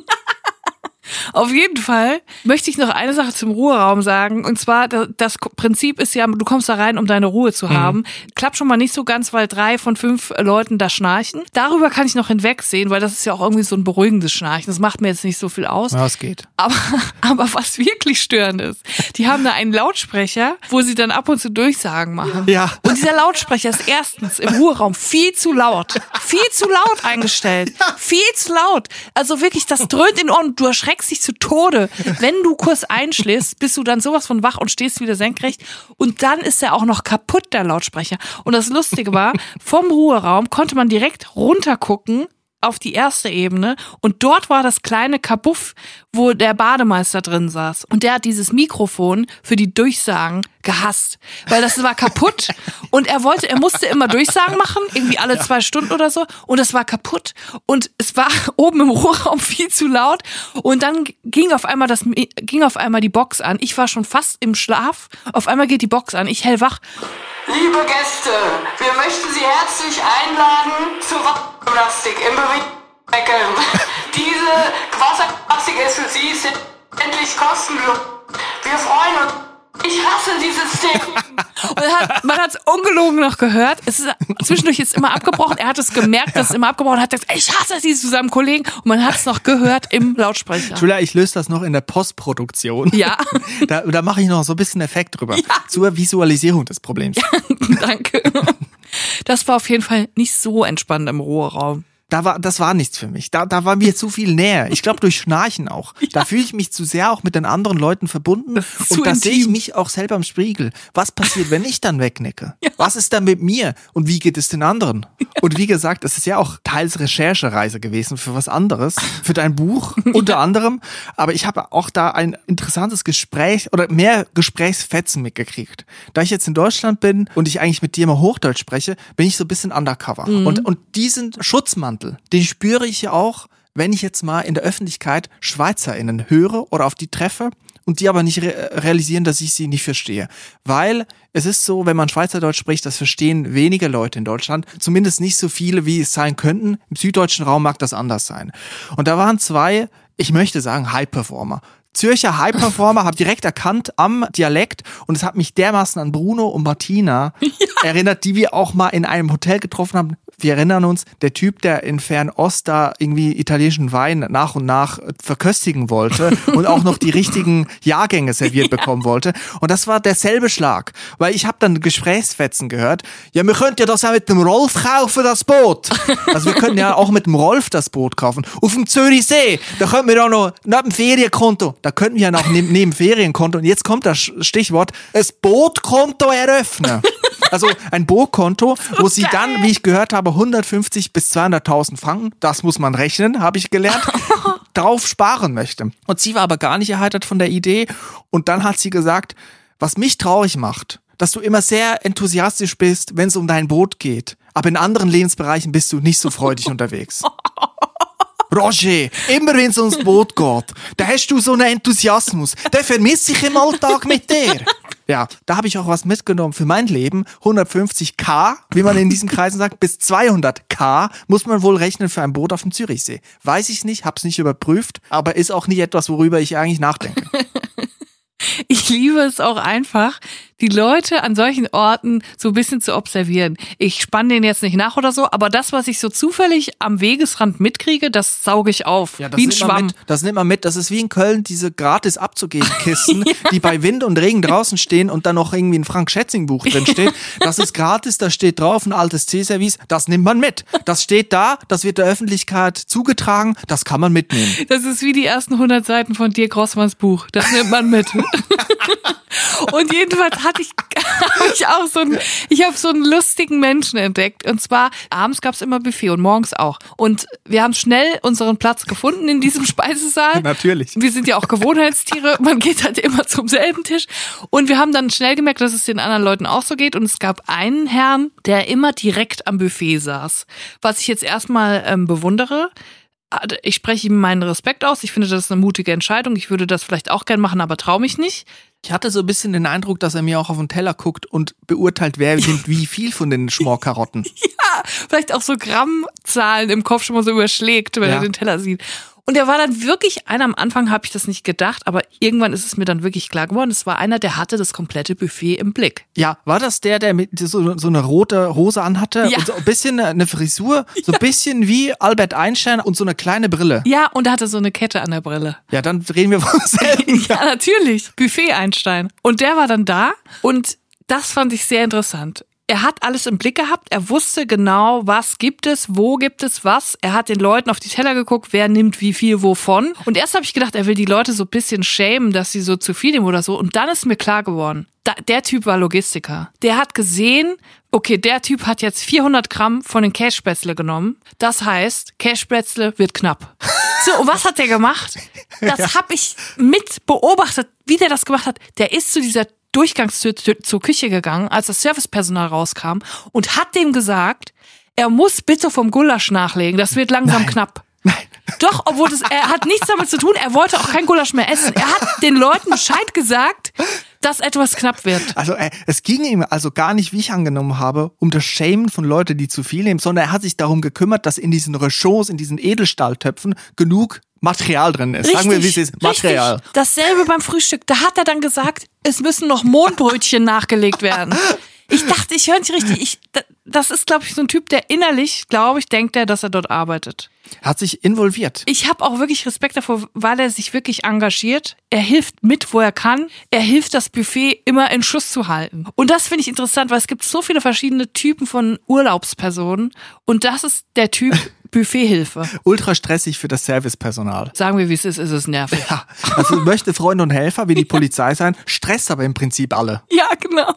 Auf jeden Fall möchte ich noch eine Sache zum Ruheraum sagen. Und zwar, das Prinzip ist ja, du kommst da rein, um deine Ruhe zu haben. Mhm. Klappt schon mal nicht so ganz, weil drei von fünf Leuten da schnarchen. Darüber kann ich noch hinwegsehen, weil das ist ja auch irgendwie so ein beruhigendes Schnarchen. Das macht mir jetzt nicht so viel aus. Ja, es geht. Aber, aber was wirklich störend ist, die haben da einen Lautsprecher, wo sie dann ab und zu Durchsagen machen. Ja. Und dieser Lautsprecher ist erstens im Ruheraum viel zu laut. Viel zu laut eingestellt. Ja. Viel zu laut. Also wirklich, das dröhnt in den Ohren. Du erschreckst dich zu Tode. Wenn du kurz einschläfst, bist du dann sowas von wach und stehst wieder senkrecht. Und dann ist er auch noch kaputt, der Lautsprecher. Und das Lustige war, vom Ruheraum konnte man direkt runtergucken auf die erste Ebene und dort war das kleine Kabuff, wo der Bademeister drin saß. Und der hat dieses Mikrofon für die Durchsagen gehasst, weil das war kaputt und er wollte, er musste immer Durchsagen machen, irgendwie alle zwei Stunden oder so und es war kaputt und es war oben im Ruheraum viel zu laut und dann ging auf einmal das, ging auf einmal die Box an. Ich war schon fast im Schlaf, auf einmal geht die Box an, ich hellwach. Liebe Gäste, wir möchten Sie herzlich einladen zur Wassergymnastik im Bewegungsbecken. Diese Wassergymnastik ist für Sie endlich kostenlos. Wir freuen uns Ich hasse dieses Ding. Und er hat, man hat es ungelogen noch gehört. Es ist, zwischendurch ist immer abgebrochen. Er hat es gemerkt, dass es immer abgebrochen hat. Gesagt, ich hasse sie zu seinem Kollegen. Und man hat es noch gehört im Lautsprecher. Julia, ich löse das noch in der Postproduktion. Ja. Da, da mache ich noch so ein bisschen Effekt drüber. Ja. Zur Visualisierung des Problems. Ja, danke. Das war auf jeden Fall nicht so entspannt im Ruheraum. Da war, das war nichts für mich. Da, da war mir zu viel näher. Ich glaube, durch Schnarchen auch. Ja. Da fühle ich mich zu sehr auch mit den anderen Leuten verbunden. Und da sehe ich mich auch selber im Spiegel. Was passiert, wenn ich dann wegnicke? Ja. Was ist dann mit mir? Und wie geht es den anderen? Ja. Und wie gesagt, es ist ja auch teils Recherchereise gewesen für was anderes, für dein Buch unter anderem. Aber ich habe auch da ein interessantes Gespräch oder mehr Gesprächsfetzen mitgekriegt. Da ich jetzt in Deutschland bin und ich eigentlich mit dir mal Hochdeutsch spreche, bin ich so ein bisschen undercover. Mhm. Und, und diesen Schutzmantel, den spüre ich ja auch, wenn ich jetzt mal in der Öffentlichkeit SchweizerInnen höre oder auf die treffe und die aber nicht re- realisieren, dass ich sie nicht verstehe. Weil es ist so, wenn man Schweizerdeutsch spricht, das verstehen wenige Leute in Deutschland, zumindest nicht so viele, wie es sein könnten. Im süddeutschen Raum mag das anders sein. Und da waren zwei, ich möchte sagen, High-Performer. Zürcher High-Performer, habe direkt erkannt am Dialekt und es hat mich dermaßen an Bruno und Martina ja. erinnert, die wir auch mal in einem Hotel getroffen haben. Wir erinnern uns, der Typ, der in Fernost da irgendwie italienischen Wein nach und nach verköstigen wollte und auch noch die richtigen Jahrgänge serviert ja. bekommen wollte. Und das war derselbe Schlag, weil ich habe dann Gesprächsfetzen gehört. Ja, wir könnten ja das auch mit dem Rolf kaufen, das Boot. Also wir könnten ja auch mit dem Rolf das Boot kaufen. Auf dem Zürichsee, da könnten wir auch noch neben dem Ferienkonto, da könnten wir ja noch neben, neben Ferienkonto, und jetzt kommt das Stichwort, ein Bootkonto eröffnen. Also ein Bootkonto, wo sie dann, wie ich gehört habe, hundertfünfzig bis zweihunderttausend Franken, das muss man rechnen, habe ich gelernt, drauf sparen möchte. Und sie war aber gar nicht erheitert von der Idee. Und dann hat sie gesagt, was mich traurig macht, dass du immer sehr enthusiastisch bist, wenn es um dein Boot geht. Aber in anderen Lebensbereichen bist du nicht so freudig unterwegs. Roger, immer wenn es ums Boot geht, da hast du so einen Enthusiasmus. Den vermisse ich im Alltag mit dir. Ja, da habe ich auch was mitgenommen für mein Leben. hundertfünfzig K, wie man in diesen Kreisen sagt, bis zweihundert K muss man wohl rechnen für ein Boot auf dem Zürichsee. Weiß ich nicht, hab's nicht überprüft, aber ist auch nicht etwas, worüber ich eigentlich nachdenke. Ich liebe es auch einfach, die Leute an solchen Orten so ein bisschen zu observieren. Ich spanne denen jetzt nicht nach oder so, aber das, was ich so zufällig am Wegesrand mitkriege, das sauge ich auf, ja, wie ein Schwamm. Mit, das nimmt man mit. Das ist wie in Köln diese gratis abzugeben Kisten, ja. die bei Wind und Regen draußen stehen und dann noch irgendwie ein Frank-Schätzing-Buch drin steht. Das ist gratis, da steht drauf ein altes C-Service. Das nimmt man mit. Das steht da, das wird der Öffentlichkeit zugetragen, das kann man mitnehmen. Das ist wie die ersten hundert Seiten von Dirk Rossmanns Buch. Das nimmt man mit. Und jedenfalls hatte ich, hab ich auch so einen, ich habe so einen lustigen Menschen entdeckt. Und zwar, abends gab es immer Buffet und morgens auch. Und wir haben schnell unseren Platz gefunden in diesem Speisesaal. Natürlich. Wir sind ja auch Gewohnheitstiere. Man geht halt immer zum selben Tisch. Und wir haben dann schnell gemerkt, dass es den anderen Leuten auch so geht. Und es gab einen Herrn, der immer direkt am Buffet saß. Was ich jetzt erstmal ähm, bewundere. Ich spreche ihm meinen Respekt aus. Ich finde, das ist eine mutige Entscheidung. Ich würde das vielleicht auch gern machen, aber traue mich nicht. Ich hatte so ein bisschen den Eindruck, dass er mir auch auf den Teller guckt und beurteilt, wer nimmt wie viel von den Schmorkarotten. Ja, vielleicht auch so Grammzahlen im Kopf schon mal so überschlägt, wenn ja. er den Teller sieht. Und er war dann wirklich einer, am Anfang habe ich das nicht gedacht, aber irgendwann ist es mir dann wirklich klar geworden, es war einer, der hatte das komplette Buffet im Blick. Ja, war das der, der mit so, so eine rote Hose anhatte ja. und so ein bisschen eine Frisur, so ein bisschen wie Albert Einstein und so eine kleine Brille? Ja, und er hatte so eine Kette an der Brille. Ja, dann reden wir von selben. Ja, natürlich, Buffet Einstein. Und der war dann da und das fand ich sehr interessant. Er hat alles im Blick gehabt, er wusste genau, was gibt es, wo gibt es was. Er hat den Leuten auf die Teller geguckt, wer nimmt wie viel wovon. Und erst habe ich gedacht, er will die Leute so ein bisschen schämen, dass sie so zu viel nehmen oder so. Und dann ist mir klar geworden, da, der Typ war Logistiker. Der hat gesehen, okay, der Typ hat jetzt vierhundert Gramm von den Kässpätzle genommen. Das heißt, Kässpätzle wird knapp. So, und was hat der gemacht? Das habe ich mit beobachtet, wie der das gemacht hat. Der ist zu dieser Durchgangstür zur Küche gegangen, als das Servicepersonal rauskam und hat dem gesagt, er muss bitte vom Gulasch nachlegen, das wird langsam Nein. knapp. Nein. Doch, obwohl das, er hat nichts damit zu tun, er wollte auch kein Gulasch mehr essen. Er hat den Leuten Bescheid gesagt, dass etwas knapp wird. Also äh, es ging ihm also gar nicht, wie ich angenommen habe, um das Schämen von Leuten, die zu viel nehmen, sondern er hat sich darum gekümmert, dass in diesen Rechauds, in diesen Edelstahltöpfen genug Material drin ist. Sagen wir, wie es ist. Material. Richtig. Dasselbe beim Frühstück. Da hat er dann gesagt, es müssen noch Mohnbrötchen nachgelegt werden. Ich dachte, ich höre nicht richtig. Ich, das ist, glaube ich, so ein Typ, der innerlich, glaube ich, denkt er, dass er dort arbeitet. Hat sich involviert. Ich habe auch wirklich Respekt davor, weil er sich wirklich engagiert. Er hilft mit, wo er kann. Er hilft, das Buffet immer in Schuss zu halten. Und das finde ich interessant, weil es gibt so viele verschiedene Typen von Urlaubspersonen. Und das ist der Typ Buffethilfe. Ultra stressig für das Servicepersonal. Sagen wir, wie es ist, ist es nervig. Ja, also möchte Freunde und Helfer wie die Polizei sein, stresst aber im Prinzip alle. Ja, genau.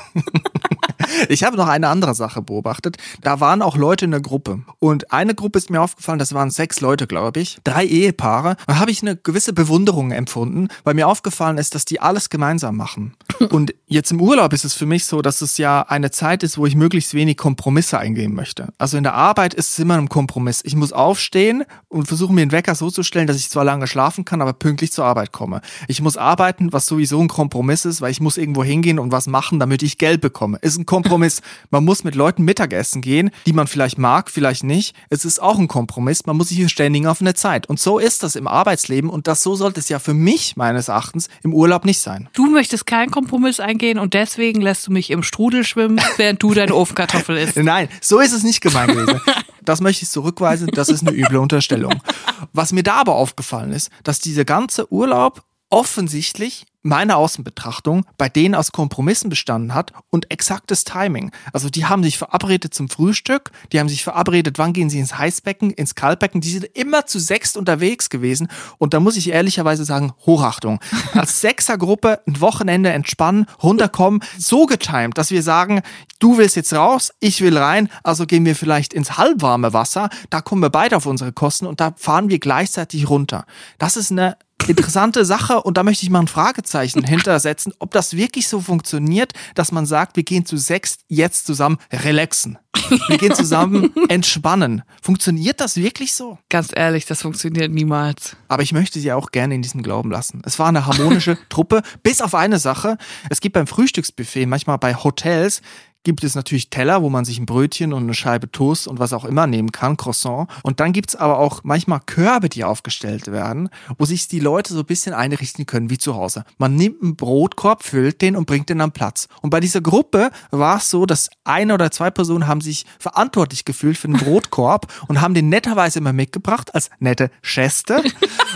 Ich habe noch eine andere Sache beobachtet. Da waren auch Leute in der Gruppe. Und eine Gruppe ist mir aufgefallen, das waren sechs Leute, glaube ich. Drei Ehepaare. Da habe ich eine gewisse Bewunderung empfunden, weil mir aufgefallen ist, dass die alles gemeinsam machen. Und jetzt im Urlaub ist es für mich so, dass es ja eine Zeit ist, wo ich möglichst wenig Kompromisse eingehen möchte. Also in der Arbeit ist es immer ein Kompromiss. Ich muss aufstehen und versuchen, mir den Wecker so zu stellen, dass ich zwar lange schlafen kann, aber pünktlich zur Arbeit komme. Ich muss arbeiten, was sowieso ein Kompromiss ist, weil ich muss irgendwo hingehen und was machen, damit ich Geld bekomme. Ist ein Kompromiss. Man muss mit Leuten Mittagessen gehen, die man vielleicht mag, vielleicht nicht. Es ist auch ein Kompromiss. Man muss sich verständigen auf eine Zeit. Und so ist das im Arbeitsleben und das so sollte es ja für mich meines Erachtens im Urlaub nicht sein. Du möchtest keinen Kompromiss eingehen und deswegen lässt du mich im Strudel schwimmen, während du deine Ofenkartoffel isst. Nein, so ist es nicht gemeint gewesen. Das möchte ich zurückweisen, das ist eine üble Unterstellung. Was mir da aber aufgefallen ist, dass dieser ganze Urlaub offensichtlich meine Außenbetrachtung bei denen aus Kompromissen bestanden hat und exaktes Timing. Also die haben sich verabredet zum Frühstück, die haben sich verabredet, wann gehen sie ins Heißbecken, ins Kaltbecken. Die sind immer zu sechst unterwegs gewesen und da muss ich ehrlicherweise sagen, Hochachtung. Als Sechsergruppe ein Wochenende entspannen, runterkommen, so getimt, dass wir sagen, du willst jetzt raus, ich will rein, also gehen wir vielleicht ins halbwarme Wasser, da kommen wir beide auf unsere Kosten und da fahren wir gleichzeitig runter. Das ist eine interessante Sache und da möchte ich mal ein Fragezeichen hintersetzen, ob das wirklich so funktioniert, dass man sagt, wir gehen zu sechs jetzt zusammen relaxen. Wir gehen zusammen entspannen. Funktioniert das wirklich so? Ganz ehrlich, das funktioniert niemals. Aber ich möchte sie auch gerne in diesem Glauben lassen. Es war eine harmonische Truppe, bis auf eine Sache. Es gibt beim Frühstücksbuffet, manchmal bei Hotels, gibt es natürlich Teller, wo man sich ein Brötchen und eine Scheibe Toast und was auch immer nehmen kann, Croissant. Und dann gibt's aber auch manchmal Körbe, die aufgestellt werden, wo sich die Leute so ein bisschen einrichten können, wie zu Hause. Man nimmt einen Brotkorb, füllt den und bringt den am Platz. Und bei dieser Gruppe war es so, dass eine oder zwei Personen haben sich verantwortlich gefühlt für den Brotkorb und haben den netterweise immer mitgebracht, als nette Geste.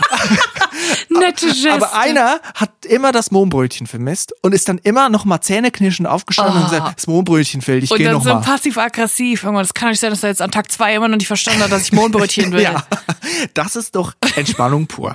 Nette Geste. Aber einer hat immer das Mohnbrötchen vermisst und ist dann immer noch mal zähneknirschend aufgestanden Oh. und gesagt, das Mohnbrötchen fehlt, ich Und gehe dann noch so mal. passiv-aggressiv. Irgendwann, das kann nicht sein, dass er jetzt an Tag zwei immer noch nicht verstanden hat, dass ich Mohnbrötchen will. Ja, das ist doch Entspannung pur.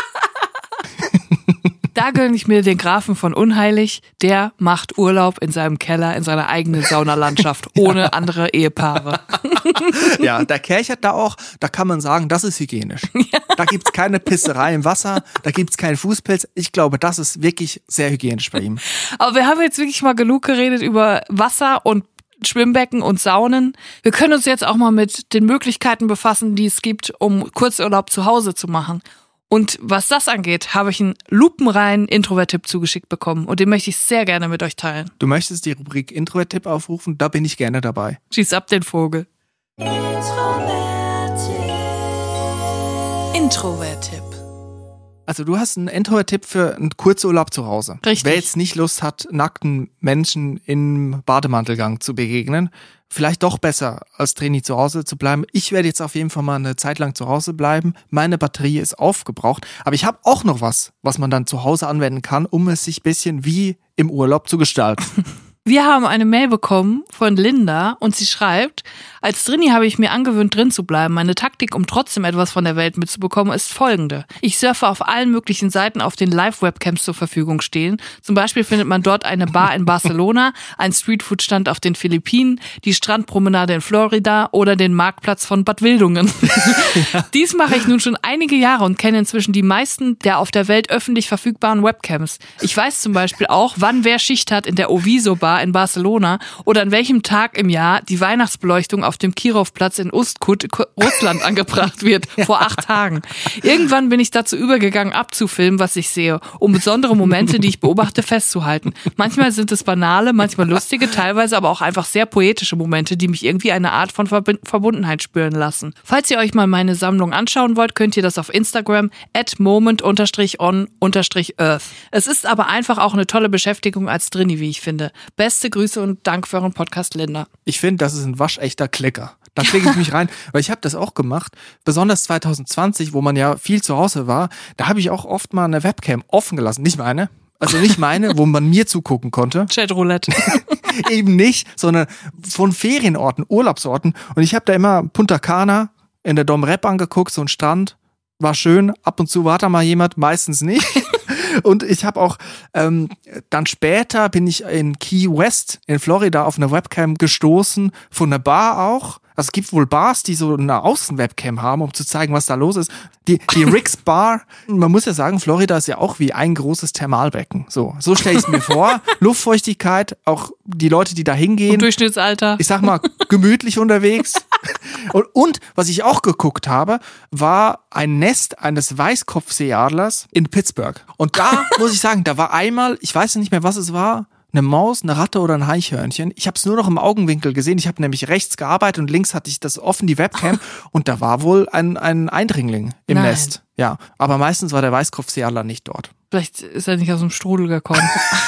Da gönne ich mir den Grafen von Unheilig. Der macht Urlaub in seinem Keller, in seiner eigenen Saunalandschaft, ohne andere Ehepaare. Ja, der Kerchert da auch, da kann man sagen, das ist hygienisch. Da gibt's keine Pisserei im Wasser, da gibt's keinen Fußpilz. Ich glaube, das ist wirklich sehr hygienisch bei ihm. Aber wir haben jetzt wirklich mal genug geredet über Wasser und Schwimmbecken und Saunen. Wir können uns jetzt auch mal mit den Möglichkeiten befassen, die es gibt, um Kurzurlaub zu Hause zu machen. Und was das angeht, habe ich einen lupenreinen Introvert-Tipp zugeschickt bekommen und den möchte ich sehr gerne mit euch teilen. Du möchtest die Rubrik Introvert-Tipp aufrufen, da bin ich gerne dabei. Schieß ab den Vogel. Introvert-Tipp. Also du hast einen Introvert-Tipp für einen Kurzurlaub zu Hause. Richtig. Wer jetzt nicht Lust hat, nackten Menschen im Bademantelgang zu begegnen, vielleicht doch besser als Traini zu Hause zu bleiben. Ich werde jetzt auf jeden Fall mal eine Zeit lang zu Hause bleiben. Meine Batterie ist aufgebraucht, aber ich habe auch noch was, was man dann zu Hause anwenden kann, um es sich ein bisschen wie im Urlaub zu gestalten. Wir haben eine Mail bekommen von Linda und sie schreibt, als Drini habe ich mir angewöhnt, drin zu bleiben. Meine Taktik, um trotzdem etwas von der Welt mitzubekommen, ist folgende. Ich surfe auf allen möglichen Seiten, auf denen Live-Webcams zur Verfügung stehen. Zum Beispiel findet man dort eine Bar in Barcelona, einen Streetfood-Stand auf den Philippinen, die Strandpromenade in Florida oder den Marktplatz von Bad Wildungen. Ja. Dies mache ich nun schon einige Jahre und kenne inzwischen die meisten der auf der Welt öffentlich verfügbaren Webcams. Ich weiß zum Beispiel auch, wann wer Schicht hat in der Oviso Bar war in Barcelona oder an welchem Tag im Jahr die Weihnachtsbeleuchtung auf dem Kirovplatz in Ustkut, Russland, angebracht wird, vor acht Tagen. Irgendwann bin ich dazu übergegangen, abzufilmen, was ich sehe, um besondere Momente, die ich beobachte, festzuhalten. Manchmal sind es banale, manchmal lustige, teilweise aber auch einfach sehr poetische Momente, die mich irgendwie eine Art von Verbundenheit spüren lassen. Falls ihr euch mal meine Sammlung anschauen wollt, könnt ihr das auf Instagram at moment on earth. Es ist aber einfach auch eine tolle Beschäftigung als Drini, wie ich finde. Beste Grüße und Dank für euren Podcast, Linda. Ich finde, das ist ein waschechter Klicker. Da klicke ich mich rein, weil ich habe das auch gemacht. Besonders zwanzig zwanzig, wo man ja viel zu Hause war, da habe ich auch oft mal eine Webcam offen gelassen. Nicht meine, also nicht meine, wo man mir zugucken konnte. Chatroulette. Eben nicht, sondern von Ferienorten, Urlaubsorten. Und ich habe da immer Punta Cana in der Dom Rep angeguckt, so ein Strand. War schön, ab und zu war da mal jemand, meistens nicht. Und ich habe auch, ähm, dann später bin ich in Key West in Florida auf eine Webcam gestoßen, von einer Bar auch. Also es gibt wohl Bars, die so eine Außenwebcam haben, um zu zeigen, was da los ist. Die, die Rick's Bar, man muss ja sagen, Florida ist ja auch wie ein großes Thermalbecken. So, so stelle ich es mir vor. Luftfeuchtigkeit, auch die Leute, die da hingehen. Und Durchschnittsalter. Ich sag mal, gemütlich unterwegs. Und, und was ich auch geguckt habe, war ein Nest eines Weißkopfseeadlers in Pittsburgh. Und da muss ich sagen, da war einmal, ich weiß nicht mehr, was es war, eine Maus, eine Ratte oder ein Eichhörnchen. Ich habe es nur noch im Augenwinkel gesehen. Ich habe nämlich rechts gearbeitet und links hatte ich das offen, die Webcam. Und da war wohl ein, ein Eindringling im Nein. Nest. Ja, aber meistens war der Weißkopfseeadler nicht dort. Vielleicht ist er nicht aus dem Strudel gekommen.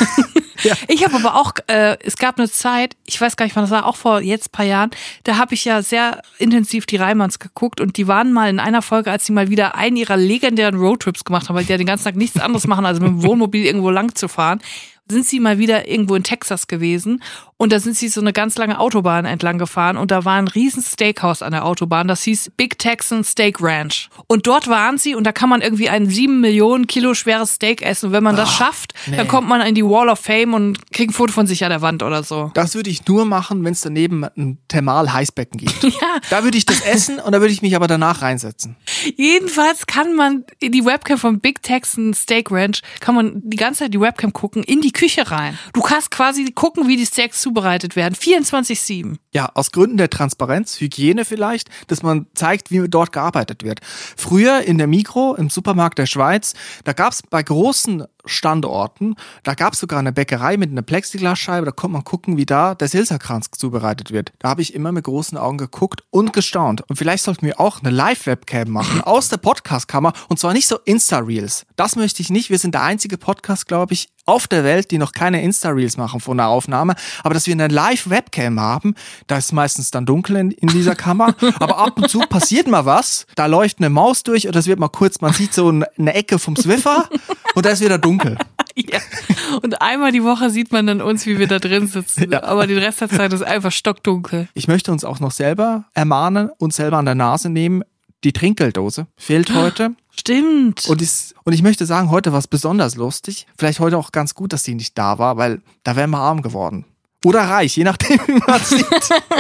Ja. Ich habe aber auch, äh, es gab eine Zeit, ich weiß gar nicht wann das war, auch vor jetzt paar Jahren, da habe ich ja sehr intensiv die Reimanns geguckt und die waren mal in einer Folge, als sie mal wieder einen ihrer legendären Roadtrips gemacht haben, weil die ja den ganzen Tag nichts anderes machen, als mit dem Wohnmobil irgendwo lang zu fahren, sind sie mal wieder irgendwo in Texas gewesen und da sind sie so eine ganz lange Autobahn entlang gefahren und da war ein riesen Steakhouse an der Autobahn, das hieß Big Texan Steak Ranch. Und dort waren sie und da kann man irgendwie ein sieben Millionen Kilo schweres Steak essen. Und wenn man das oh, schafft, nee. dann kommt man in die Wall of Fame und kriegt ein Foto von sich an der Wand oder so. Das würde ich nur machen, wenn es daneben ein Thermal-Heißbecken gibt. Ja. Da würde ich das essen und da würde ich mich aber danach reinsetzen. Jedenfalls kann man in die Webcam vom Big Texan Steak Ranch, kann man die ganze Zeit die Webcam gucken, in die Küche rein. Du kannst quasi gucken, wie die Steaks zubereitet werden. vierundzwanzig sieben. Ja, aus Gründen der Transparenz, Hygiene vielleicht, dass man zeigt, wie dort gearbeitet wird. Früher in der Migros, im Supermarkt der Schweiz, da gab es bei großen Standorten, da gab es sogar eine Bäckerei mit einer Plexiglasscheibe, da konnte man gucken, wie da der Silserkranz zubereitet wird. Da habe ich immer mit großen Augen geguckt und gestaunt. Und vielleicht sollten wir auch eine Live-Webcam machen, aus der Podcast-Kammer, und zwar nicht so Insta-Reels. Das möchte ich nicht, wir sind der einzige Podcast, glaube ich, auf der Welt, die noch keine Insta-Reels machen von der Aufnahme, aber dass wir eine Live-Webcam haben, da ist meistens dann dunkel in, in dieser Kammer, aber ab und zu passiert mal was, da läuft eine Maus durch oder es wird mal kurz, man sieht so eine Ecke vom Swiffer und da ist wieder dunkel. Ja. Und einmal die Woche sieht man dann uns, wie wir da drin sitzen, ja. aber den Rest der Zeit ist einfach stockdunkel. Ich möchte uns auch noch selber ermahnen, uns selber an der Nase nehmen, die Trinkgelddose fehlt heute. Stimmt. Und ich, und ich möchte sagen, heute war es besonders lustig. Vielleicht heute auch ganz gut, dass sie nicht da war, weil da wären wir arm geworden. Oder reich, je nachdem, wie man es sieht.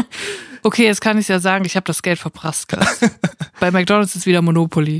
Okay, jetzt kann ich ja sagen, ich habe das Geld verprasst. Bei McDonald's ist wieder Monopoly.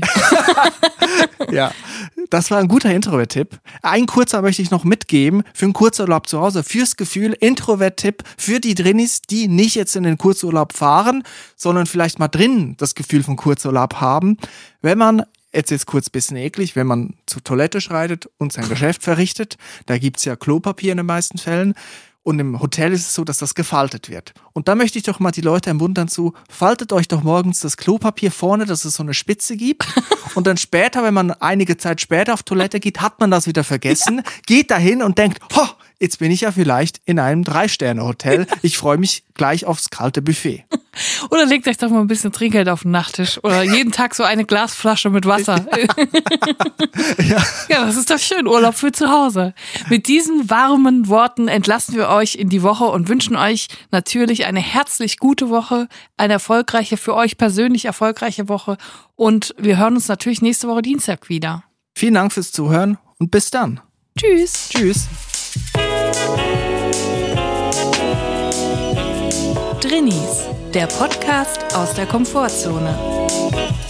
Ja, das war ein guter Introvert-Tipp. Ein kurzer möchte ich noch mitgeben für einen Kurzurlaub zu Hause, fürs Gefühl, Introvert-Tipp für die Drinnis, die nicht jetzt in den Kurzurlaub fahren, sondern vielleicht mal drin das Gefühl von Kurzurlaub haben. Wenn man, jetzt ist kurz ein bisschen eklig, wenn man zur Toilette schreitet und sein Geschäft verrichtet, da gibt's ja Klopapier in den meisten Fällen. Und im Hotel ist es so, dass das gefaltet wird. Und da möchte ich doch mal die Leute ermuntern zu, faltet euch doch morgens das Klopapier vorne, dass es so eine Spitze gibt. Und dann später, wenn man einige Zeit später auf Toilette geht, hat man das wieder vergessen, ja. Geht dahin und denkt, ho, jetzt bin ich ja vielleicht in einem Drei-Sterne-Hotel. Ich freue mich gleich aufs kalte Buffet. Oder legt euch doch mal ein bisschen Trinkgeld auf den Nachttisch. Oder jeden Tag so eine Glasflasche mit Wasser. Ja. Ja, das ist doch schön. Urlaub für zu Hause. Mit diesen warmen Worten entlassen wir euch in die Woche und wünschen euch natürlich eine herzlich gute Woche, eine erfolgreiche, für euch persönlich erfolgreiche Woche. Und wir hören uns natürlich nächste Woche Dienstag wieder. Vielen Dank fürs Zuhören und bis dann. Tschüss. Tschüss. Drinnies, der Podcast aus der Komfortzone.